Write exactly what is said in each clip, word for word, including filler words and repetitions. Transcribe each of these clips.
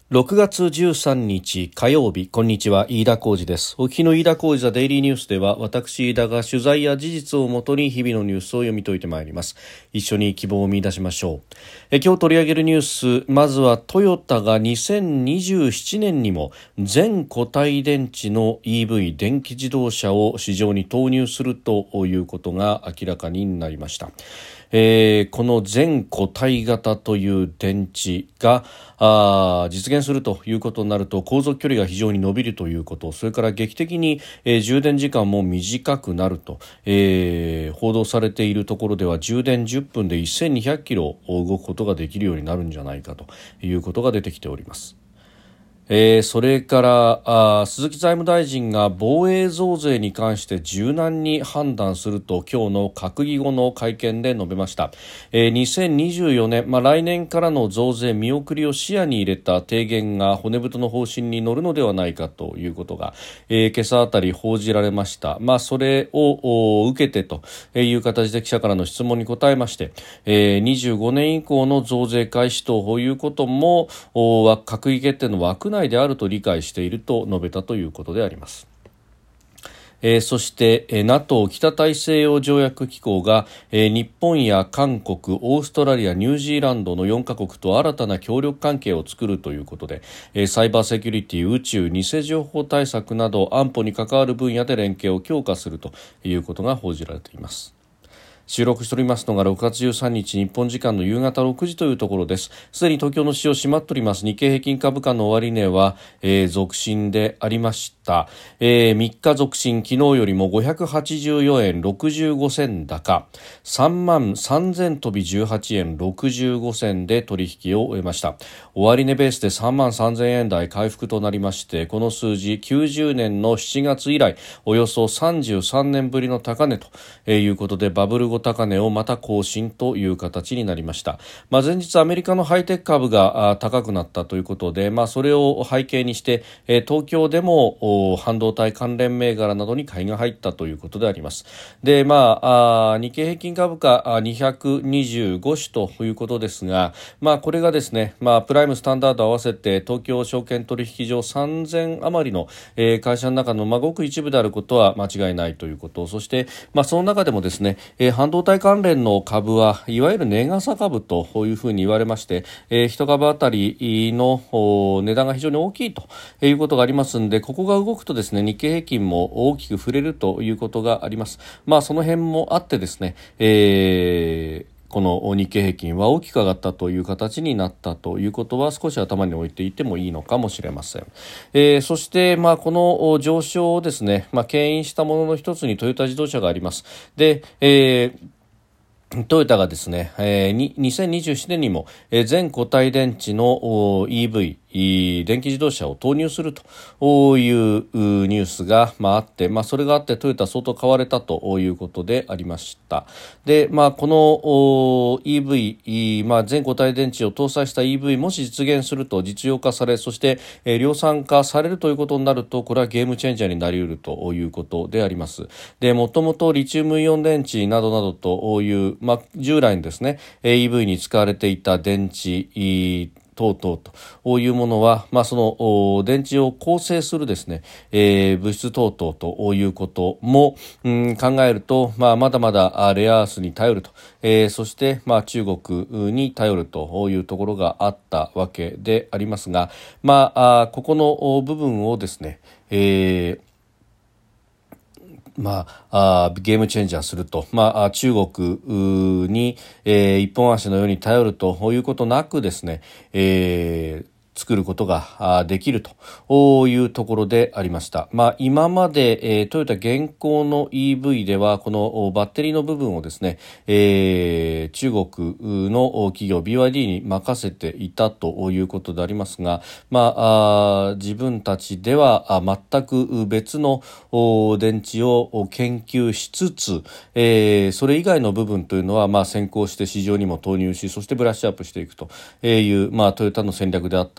ろくがつじゅうさんにち火曜日、こんにちは、飯田浩司です。お聞きの飯田浩司ザデイリーニュースでは、私飯田が取材や事実をもとに日々のニュースを読み解いてまいります。一緒に希望を見出しましょう。え今日取り上げるニュース、まずはトヨタがにせんにじゅうななねんにも全固体電池の イーブイ 電気自動車を市場に投入するということが明らかになりました。えー、この全固体型という電池があ実現するということになると、航続距離が非常に伸びるということ、それから劇的に、えー、充電時間も短くなると、えー、報道されているところでは充電じゅっぷんでせんにひゃくキロ動くことができるようになるんじゃないかということが出てきております。えー、それからあ鈴木財務大臣が防衛増税に関して柔軟に判断すると今日の閣議後の会見で述べました。えー、にせんにじゅうよねん、まあ、来年からの増税見送りを視野に入れた提言が骨太の方針に乗るのではないかということが、えー、今朝あたり報じられました。まあ、それを受けてという形で記者からの質問に答えまして、えー、にじゅうごねん以降の増税開始ということも閣議決定の枠内であると理解していると述べたということであります。えー、そして、えー、NATO 北大西洋条約機構が、えー、日本や韓国、オーストラリア、ニュージーランドのよんカ国と新たな協力関係を作るということで、えー、サイバーセキュリティ、宇宙、偽情報対策など安保に関わる分野で連携を強化するということが報じられています。収録しておりますのがろくがつじゅうさんにち日本時間の夕方ろくじというところです。すでに東京の市場閉まっております。日経平均株価の終値は、えー、続伸でありました。えー、みっか続伸、昨日よりもごひゃくはちじゅうよえんろくじゅうごせん高、さんまんさんぜん飛びじゅうはちえんろくじゅうごせんで取引を終えました。終値ベースでさんまんさんぜんえん台回復となりまして、この数字きゅうじゅうねんのしちがつ以来およそさんじゅうさんねんぶりの高値ということで、バブル後高値をまた更新という形になりました。まあ、前日アメリカのハイテク株が高くなったということで、まあ、それを背景にして、えー、東京でも半導体関連銘柄などに買いが入ったということであります。で、まあ、あ日経平均株価にひゃくにじゅうごしゅということですが、まあ、これがですね、まあ、プライムスタンダード合わせて東京証券取引所さんぜん余りの、えー、会社の中の、まあ、ごく一部であることは間違いないということ、そして、まあ、その中でもですね、えー、半導体関連の株はいわゆる値傘株というふうに言われまして、えー、一株あたりの値段が非常に大きいということがありますので、ここが動くとですね、日経平均も大きく触れるということがあります。まあ、その辺もあってですね、えーこの日経平均は大きく上がったという形になったということは少し頭に置いていてもいいのかもしれません。えー、そして、まあ、この上昇をですね、まあ、牽引したものの一つにトヨタ自動車があります。で、えートヨタがですね、えー、にせんにじゅうななねんにも、えー、全固体電池の イーブイ、電気自動車を投入するというニュースが、まあ、あって、まあ、それがあってトヨタ相当買われたということでありました。で、まあ、この イーブイ、まあ、全固体電池を搭載した イーブイ もし実現すると実用化され、そして、えー、量産化されるということになると、これはゲームチェンジャーになり得るということであります。で、もともとリチウムイオン電池などなどという、まあ、従来にですね イーブイ に使われていた電池等々というものは、まあ、その電池を構成するですね、えー、物質等々ということも、うん、考えると、まあ、まだまだレアアースに頼ると、えー、そして、まあ、中国に頼るというところがあったわけでありますが、まあ、あここの部分をですね、えーまあ、あゲームチェンジャーすると、まあ、中国に、えー、一本足のように頼るということなくですね、えー作ることができるというところでありました。まあ、今まで、えー、トヨタ現行の イーブイ ではこのバッテリーの部分をですね、えー、中国の企業 ビーワイディー に任せていたということでありますが、まあ、あ自分たちでは全く別の電池を研究しつつ、えー、それ以外の部分というのは、まあ、先行して市場にも投入し、そしてブラッシュアップしていくという、まあ、トヨタの戦略であった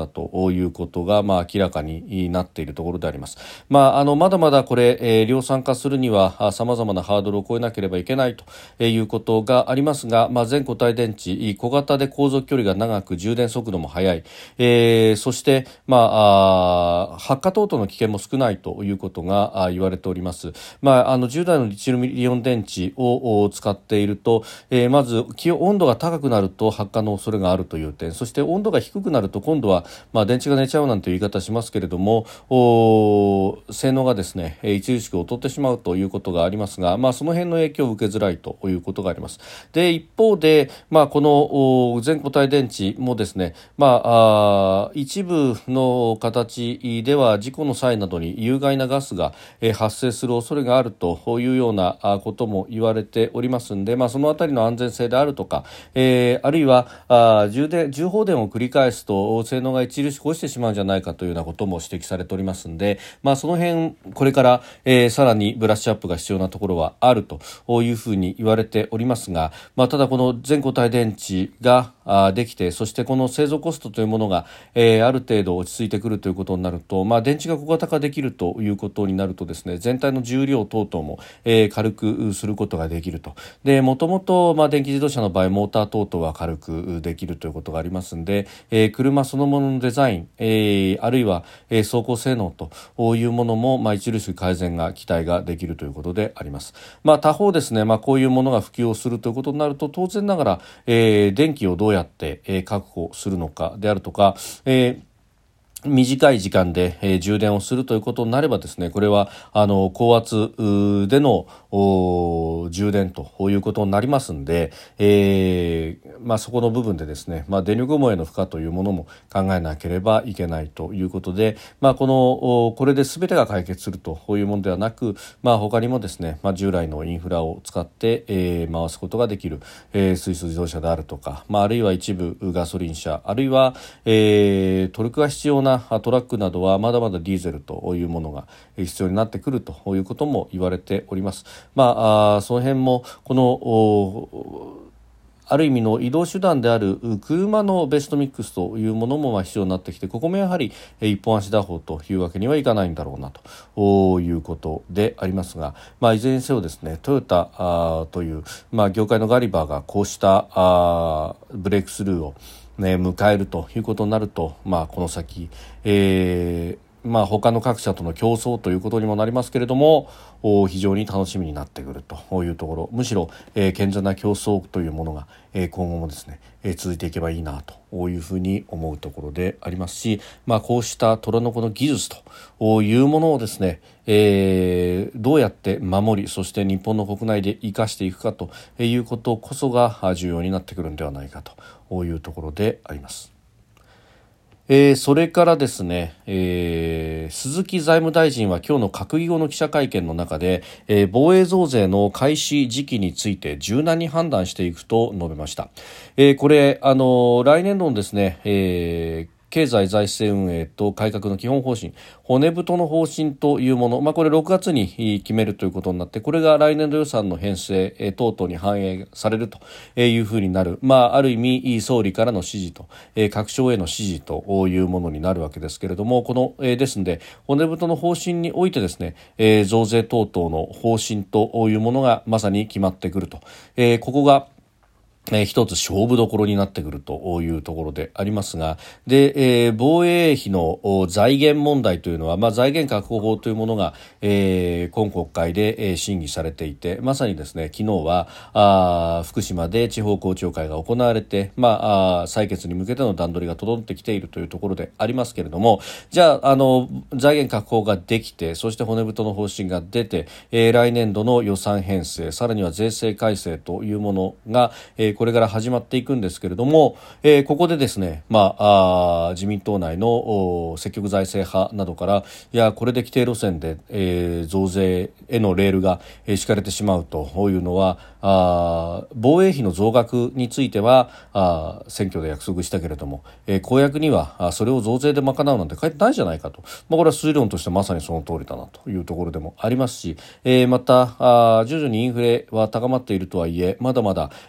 ということが、まあ、明らかになっているところであります。まあ、あのまだまだこれ、えー、量産化するにはさまざまなハードルを超えなければいけないということがありますが、まあ、全固体電池小型で航続距離が長く充電速度も速い、えー、そして、まあ、あ発火等々の危険も少ないということが言われております。まあ、あの従来のリチウムイオン電池を使っていると、えー、まず気温度が高くなると発火の恐れがあるという点、そして温度が低くなると今度は、まあ、電池が寝ちゃうなんていう言い方しますけれども、性能がですね著しく劣ってしまうということがありますが、まあ、その辺の影響を受けづらいということがあります。で一方で、まあ、この全固体電池もですね、まあ、あ一部の形では事故の際などに有害なガスが、えー、発生する恐れがあるというようなことも言われておりますので、まあ、そのあたりの安全性であるとか、えー、あるいはあ充電充放電を繰り返すと性能が著しく落ちてしまうんじゃないかというようなことも指摘されておりますので、まあ、その辺これから、えー、さらにブラッシュアップが必要なところはあるというふうに言われておりますが、まあ、ただこの全固体電池があできて、そしてこの製造コストというものが、えー、ある程度落ち着いてくるということになると、まあ、電池が小型化できるということになるとですね、全体の重量等々も、えー、軽くすることができると。でもともと、まあ、電気自動車の場合モーター等々は軽くできるということがありますので、えー、車そのもののデザイン、えー、あるいは、えー、走行性能というものも、まあ、著しく改善が期待ができるということであります。まあ、他方ですね、まあ、こういうものが普及をするということになると当然ながら、えー、電気をどうやって、えー、確保するのかであるとか、えー短い時間で、えー、充電をするということになればですね、これはあの高圧での充電ということになりますので、えーまあ、そこの部分でですね、まあ、電力網への負荷というものも考えなければいけないということで、まあ、このこれで全てが解決するというものではなく、まあ、他にもですね、まあ、従来のインフラを使って、えー、回すことができる、えー、水素自動車であるとか、まあ、あるいは一部ガソリン車、あるいは、えー、トルクが必要なトラックなどはまだまだディーゼルというものが必要になってくるということも言われております。まあ、あその辺もこのある意味の移動手段である車のベストミックスというものもまあ必要になってきて、ここもやはり一本足打法というわけにはいかないんだろうなということでありますが、まあ、いずれにせよですね、トヨタあという、まあ、業界のガリバーがこうしたあブレイクスルーをね、迎えるということになると、まあ、この先、えーまあ、他の各社との競争ということにもなりますけれども、非常に楽しみになってくるというところ、むしろ、えー、健全な競争というものが、えー、今後もですね、えー、続いていけばいいなというふうに思うところでありますし、まあ、こうした虎の子の技術というものをですね、えー、どうやって守り、そして日本の国内で生かしていくかということこそが重要になってくるのではないかというところであります。えー、それからですね、えー、鈴木財務大臣は今日の閣議後の記者会見の中で、えー、防衛増税の開始時期について柔軟に判断していくと述べました。えー、これ、あのー、来年度のですね、えー経済財政運営と改革の基本方針、骨太の方針というもの、まあ、これろくがつに決めるということになって、これが来年度予算の編成等々に反映されるというふうになる、まあ、ある意味総理からの指示と各省への指示というものになるわけですけれども、このですので骨太の方針においてですね、増税等々の方針というものがまさに決まってくると、ここがえー、一つ勝負どころになってくるというところでありますが、で、えー、防衛費の財源問題というのは、まあ、財源確保法というものが、えー、今国会で、えー、審議されていて、まさにですね、昨日はあ福島で地方公聴会が行われて、まあ、あ採決に向けての段取りが整ってきているというところでありますけれども、じゃあ、あの財源確保ができて、そして骨太の方針が出て、えー、来年度の予算編成、さらには税制改正というものが、えーこれから始まっていくんですけれども、えー、ここでですね、まあ、あ自民党内の積極財政派などからいやこれで規定路線で、えー、増税へのレールが、えー、敷かれてしまうというのはあ防衛費の増額についてはあ選挙で約束したけれども、えー、公約にはあそれを増税で賄うなんて書いてないじゃないかと、まあ、これは数字論としてまさにその通りだなというところでもありますし、えー、またあ徐々にインフレは高まっているとはいえまだまだ、えー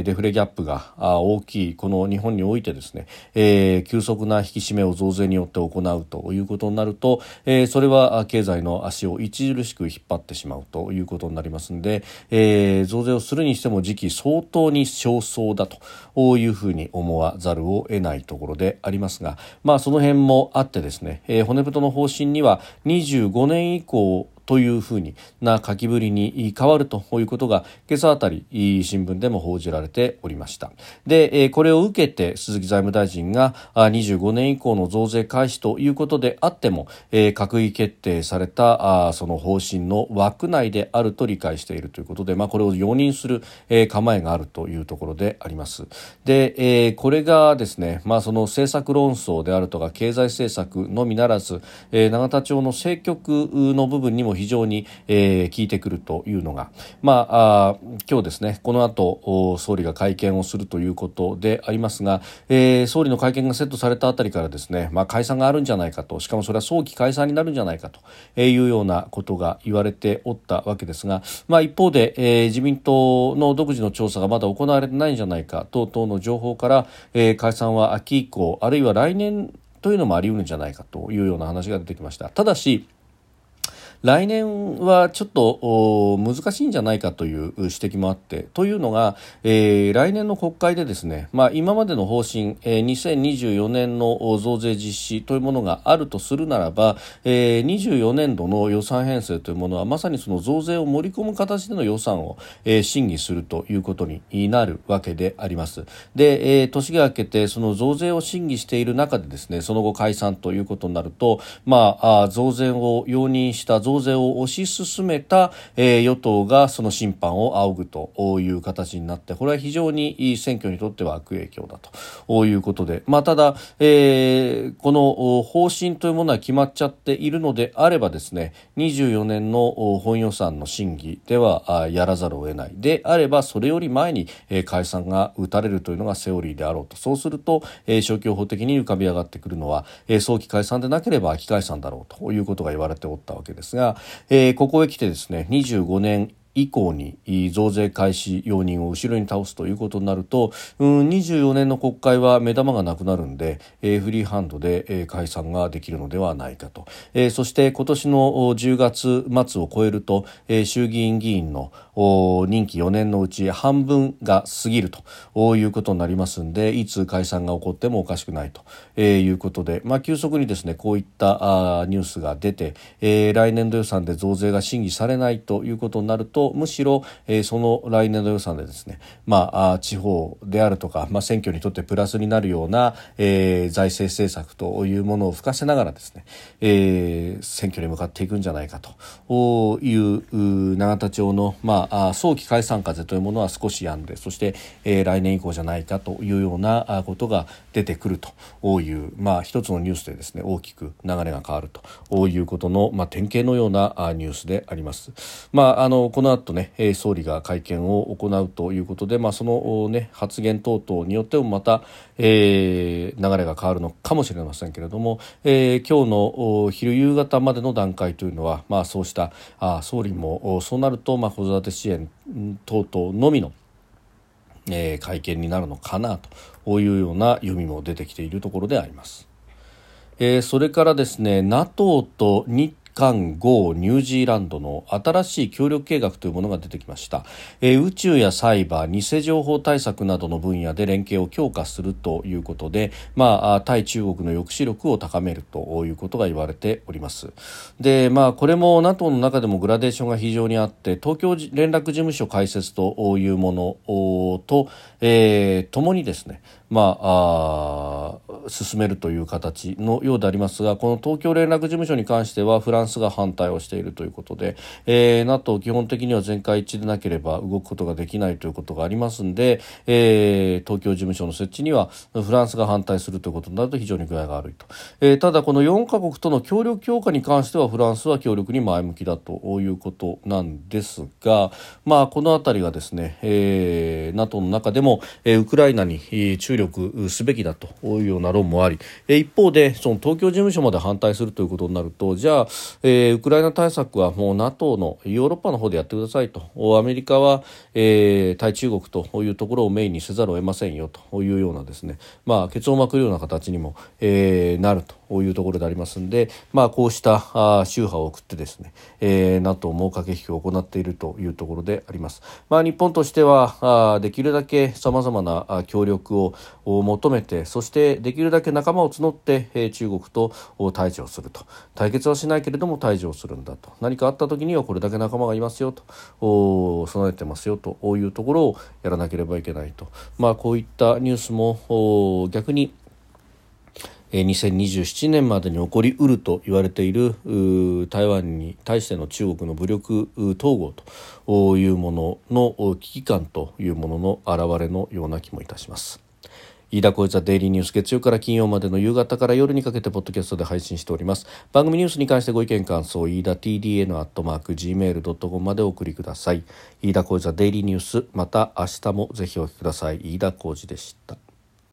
ー、デフレギャップが大きいこの日本においてですね、えー、急速な引き締めを増税によって行うということになると、えー、それは経済の足を著しく引っ張ってしまうということになりますので、えー、増税をするにしても時期相当に尚早だというふうに思わざるを得ないところでありますが、まあ、その辺もあってですね、えー、骨太の方針にはにじゅうごねん以降というふうにな書きぶりに変わるということが今朝あたり新聞でも報じられておりました。で、これを受けて鈴木財務大臣がにじゅうごねん以降の増税開始ということであっても閣議決定されたその方針の枠内であると理解しているということで、まあ、これを容認する構えがあるというところであります。で、これがですね、まあ、その政策論争であるとか経済政策のみならず永田町の政局の部分にも非常に、えー、効いてくるというのが、まあ、あ今日ですね、この後総理が会見をするということでありますが、えー、総理の会見がセットされたあたりからですね、まあ、解散があるんじゃないかと、しかもそれは早期解散になるんじゃないかというようなことが言われておったわけですが、まあ、一方で、えー、自民党の独自の調査がまだ行われてないんじゃないか等々の情報から、えー、解散は秋以降あるいは来年というのもあり得るんじゃないかというような話が出てきました。ただし来年はちょっと難しいんじゃないかという指摘もあって、というのが、えー、来年の国会でですね、まあ、今までの方針、えー、にせんにじゅうよねんの増税実施というものがあるとするならば、えー、にじゅうよねん度の予算編成というものはまさにその増税を盛り込む形での予算を、えー、審議するということになるわけであります。で、えー、年が明けてその増税を審議している中でですね、その後解散ということになると、まあ、あ増税を容認した増税を推し進めた、えー、与党がその審判を仰ぐという形になって、これは非常に選挙にとっては悪影響だということで、まあ、ただ、えー、この方針というものは決まっちゃっているのであればですね、にじゅうよねんの本予算の審議ではやらざるを得ないであれば、それより前に解散が打たれるというのがセオリーであろうと。そうすると消去法的に浮かび上がってくるのは早期解散でなければ秋解散だろうということが言われておったわけですが、えー、ここへ来てですね、にじゅうごねん以降に増税開始容認を後ろに倒すということになると、うん、にじゅうよねんの国会は目玉がなくなるんで、えー、フリーハンドで、えー、解散ができるのではないかと、えー、そして今年のじゅうがつ末を超えると、えー、衆議院議員の任期よねんのうち半分が過ぎるということになりますんで、いつ解散が起こってもおかしくないと、えー、いうことで、まあ、急速にですね、こういったあニュースが出て、えー、来年度予算で増税が審議されないということになると、むしろ、えー、その来年度予算でですね、まあ、地方であるとか、まあ、選挙にとってプラスになるような、えー、財政政策というものを付加せながらですね、えー、選挙に向かっていくんじゃないかという永田町の、まあ、早期解散風というものは少し止んで、そして、えー、来年以降じゃないかというようなことが出てくるという、まあ、一つのニュースでですね、大きく流れが変わるということの、まあ、典型のようなニュースであります。まあ、あのこの後ね、総理が会見を行うということで、まあ、その、ね、発言等々によってもまた、えー、流れが変わるのかもしれませんけれども、えー、今日の昼夕方までの段階というのは、まあ、そうしたあ総理もそうなると、まあ、子育て支援等々のみの、えー、会見になるのかなというような読みも出てきているところであります。えー、それからですね、 NATO と日韓豪ニュージーランドの新しい協力計画というものが出てきました。えー、宇宙やサイバー、偽情報対策などの分野で連携を強化するということで、まあ、対中国の抑止力を高めるということが言われております。で、まあ、これも NATO の中でもグラデーションが非常にあって、東京連絡事務所開設というものと、えー、ともにですね、まあ、あ進めるという形のようでありますが、この東京連絡事務所に関してはフランスが反対をしているということで、えー、NATO 基本的には全会一致でなければ動くことができないということがありますので、えー、東京事務所の設置にはフランスが反対するということになると非常に具合が悪いと、えー、ただこのよんカ国との協力強化に関してはフランスは協力に前向きだということなんですが、まあ、このあたりがですね、えー、NATO の中でも、えー、ウクライナに注力力すべきだというような論もあり、一方でその東京事務所まで反対するということになると、じゃあ、えー、ウクライナ対策はもう NATO のヨーロッパの方でやってくださいと、アメリカは、えー、対中国というところをメインにせざるを得ませんよというようなですね、まあ、ケツを巻くような形にも、えー、なるというところでありますので、まあ、こうしたあ宗派を送ってですね、えー、NATO も駆け引きを行っているというところであります。まあ、日本としてはあできるだけ様々な協力を求めて、そしてできるだけ仲間を募って、えー、中国と対峙をすると。対決はしないけれども対峙をするんだと。何かあった時にはこれだけ仲間がいますよと、備えてますよというところをやらなければいけないと。まあ、こういったニュースも逆ににせんにじゅうななねんまでに起こりうると言われている台湾に対しての中国の武力統合というものの危機感というものの表れのような気もいたします。飯田浩司ザデイリーニュース、月曜から金曜までの夕方から夜にかけてポッドキャストで配信しております。番組ニュースに関してご意見感想、飯田 ティーディーエヌ アットマーク ジーメール ドットコム までお送りください。飯田浩司ザデイリーニュース、また明日もぜひお聞きください。飯田浩司でした。